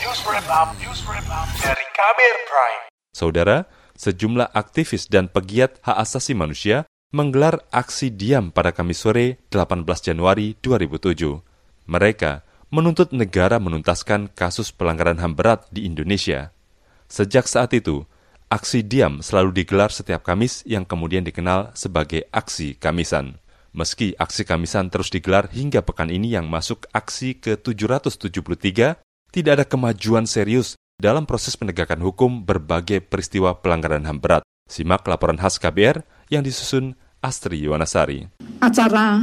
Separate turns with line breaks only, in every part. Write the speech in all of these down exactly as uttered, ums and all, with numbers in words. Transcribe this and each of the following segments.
News Wrap Up, News Wrap Up dari Kabar Prime.
Saudara, sejumlah aktivis dan pegiat hak asasi manusia menggelar aksi diam pada Kamis sore delapan belas Januari dua ribu tujuh. Mereka menuntut negara menuntaskan kasus pelanggaran H A M berat di Indonesia. Sejak saat itu, aksi diam selalu digelar setiap Kamis yang kemudian dikenal sebagai aksi Kamisan. Meski aksi Kamisan terus digelar hingga pekan ini yang masuk aksi ke tujuh ratus tujuh puluh tiga, tidak ada kemajuan serius dalam proses penegakan hukum berbagai peristiwa pelanggaran H A M berat. Simak laporan khas K B R yang disusun Astri Yuwanasari.
Acara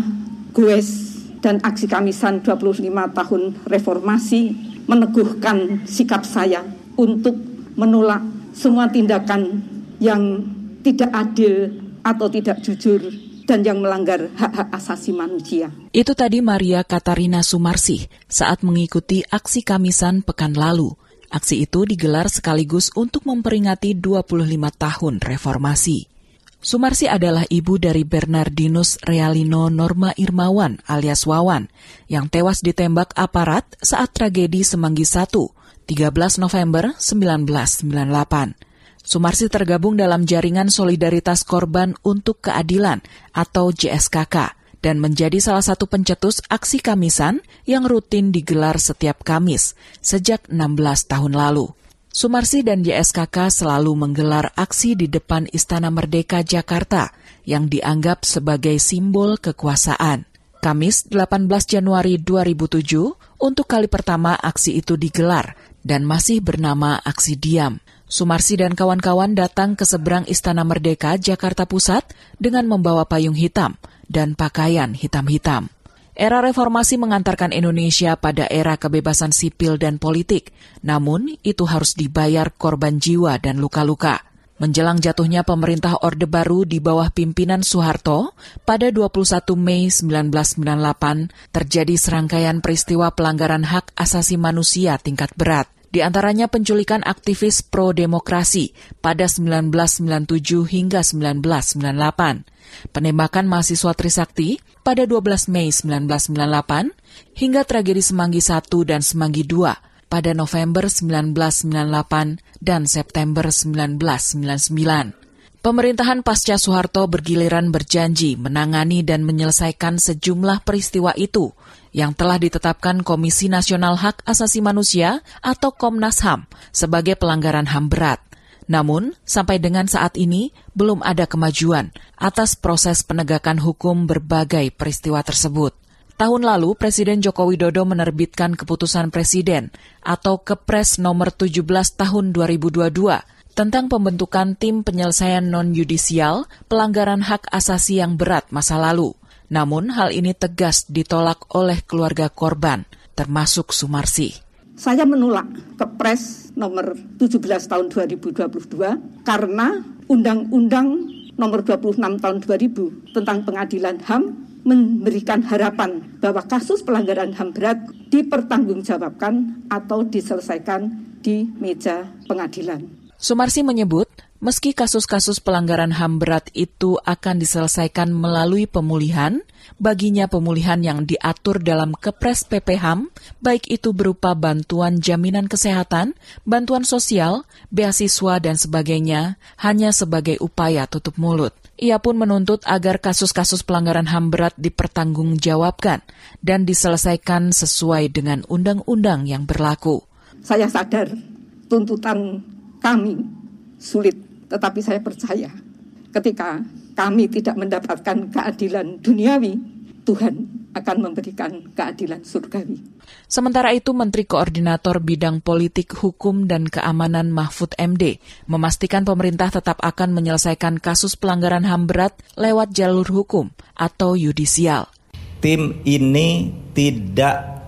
Goes dan aksi Kamisan dua puluh lima tahun reformasi meneguhkan sikap saya untuk menolak semua tindakan yang tidak adil atau tidak jujur dan yang melanggar hak-hak asasi manusia.
Itu tadi Maria Katarina Sumarsih saat mengikuti aksi Kamisan pekan lalu. Aksi itu digelar sekaligus untuk memperingati dua puluh lima tahun reformasi. Sumarsih adalah ibu dari Bernardinus Realino Norma Irmawan alias Wawan yang tewas ditembak aparat saat tragedi Semanggi satu, tiga belas November seribu sembilan ratus sembilan puluh delapan. Sumarsih tergabung dalam Jaringan Solidaritas Korban untuk Keadilan atau J S K K dan menjadi salah satu pencetus aksi Kamisan yang rutin digelar setiap Kamis sejak enam belas tahun lalu. Sumarsih dan J S K K selalu menggelar aksi di depan Istana Merdeka Jakarta yang dianggap sebagai simbol kekuasaan. Kamis delapan belas Januari dua ribu tujuh, untuk kali pertama aksi itu digelar dan masih bernama Aksi Diam. Sumarsih dan kawan-kawan datang ke seberang Istana Merdeka, Jakarta Pusat dengan membawa payung hitam dan pakaian hitam-hitam. Era reformasi mengantarkan Indonesia pada era kebebasan sipil dan politik, namun itu harus dibayar korban jiwa dan luka-luka. Menjelang jatuhnya pemerintah Orde Baru di bawah pimpinan Soeharto, pada dua puluh satu Mei seribu sembilan ratus sembilan puluh delapan terjadi serangkaian peristiwa pelanggaran hak asasi manusia tingkat berat. Di antaranya penculikan aktivis pro-demokrasi pada seribu sembilan ratus sembilan puluh tujuh hingga seribu sembilan ratus sembilan puluh delapan, penembakan mahasiswa Trisakti pada dua belas Mei seribu sembilan ratus sembilan puluh delapan, hingga tragedi Semanggi satu dan Semanggi dua pada November seribu sembilan ratus sembilan puluh delapan dan September seribu sembilan ratus sembilan puluh sembilan. Pemerintahan pasca Soeharto bergiliran berjanji menangani dan menyelesaikan sejumlah peristiwa itu yang telah ditetapkan Komisi Nasional Hak Asasi Manusia atau Komnas H A M sebagai pelanggaran H A M berat. Namun, sampai dengan saat ini belum ada kemajuan atas proses penegakan hukum berbagai peristiwa tersebut. Tahun lalu, Presiden Joko Widodo menerbitkan keputusan Presiden atau Kepres nomor tujuh belas tahun dua ribu dua puluh dua tentang pembentukan tim penyelesaian non-yudisial pelanggaran hak asasi yang berat masa lalu. Namun hal ini tegas ditolak oleh keluarga korban, termasuk Sumarsih.
Saya menolak Kepres nomor tujuh belas tahun dua ribu dua puluh dua karena Undang-Undang nomor dua puluh enam tahun dua ribu tentang pengadilan H A M memberikan harapan bahwa kasus pelanggaran H A M berat dipertanggungjawabkan atau diselesaikan di meja pengadilan.
Sumarsih menyebut, meski kasus-kasus pelanggaran H A M berat itu akan diselesaikan melalui pemulihan, baginya pemulihan yang diatur dalam Kepres P P H A M, baik itu berupa bantuan jaminan kesehatan, bantuan sosial, beasiswa, dan sebagainya, hanya sebagai upaya tutup mulut. Ia pun menuntut agar kasus-kasus pelanggaran H A M berat dipertanggungjawabkan dan diselesaikan sesuai dengan undang-undang yang berlaku.
Saya sadar tuntutan kami sulit, tetapi saya percaya ketika kami tidak mendapatkan keadilan duniawi, Tuhan akan memberikan keadilan surgawi.
Sementara itu, Menteri Koordinator Bidang Politik, Hukum, dan Keamanan Mahfud M D memastikan pemerintah tetap akan menyelesaikan kasus pelanggaran H A M berat lewat jalur hukum atau yudisial.
Tim ini tidak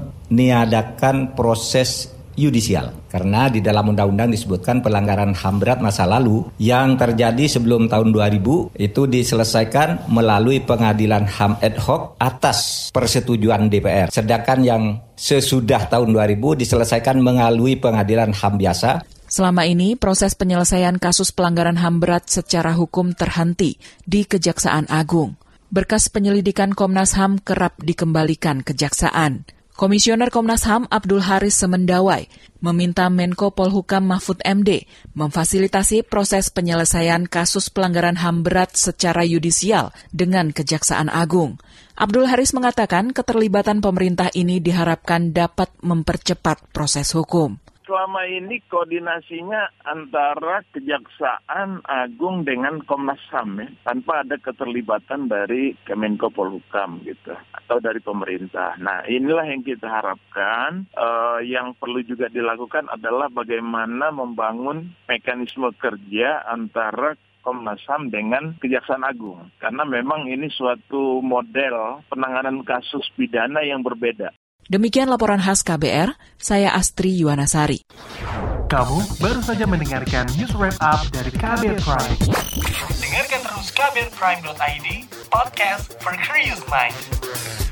meniadakan proses yudisial. Karena di dalam undang-undang disebutkan pelanggaran H A M berat masa lalu yang terjadi sebelum tahun dua ribu itu diselesaikan melalui pengadilan H A M ad hoc atas persetujuan D P R. Sedangkan yang sesudah tahun dua ribu diselesaikan melalui pengadilan H A M biasa.
Selama ini, proses penyelesaian kasus pelanggaran H A M berat secara hukum terhenti di Kejaksaan Agung. Berkas penyelidikan Komnas H A M kerap dikembalikan Kejaksaan. Komisioner Komnas H A M Abdul Haris Semendawai meminta Menko Polhukam Mahfud M D memfasilitasi proses penyelesaian kasus pelanggaran H A M berat secara yudisial dengan Kejaksaan Agung. Abdul Haris mengatakan keterlibatan pemerintah ini diharapkan dapat mempercepat proses hukum.
Selama ini koordinasinya antara Kejaksaan Agung dengan Komnas H A M ya, tanpa ada keterlibatan dari Kemenko Polhukam gitu atau dari pemerintah. Nah, inilah yang kita harapkan. Uh, yang perlu juga dilakukan adalah bagaimana membangun mekanisme kerja antara Komnas H A M dengan Kejaksaan Agung. Karena memang ini suatu model penanganan kasus pidana yang berbeda.
Demikian laporan khas K B R, saya Astri Yuwanasari.
Kamu baru saja mendengarkan news wrap up dari K B R Prime. Dengarkan terus k b r prime dot i d, podcast for curious mind.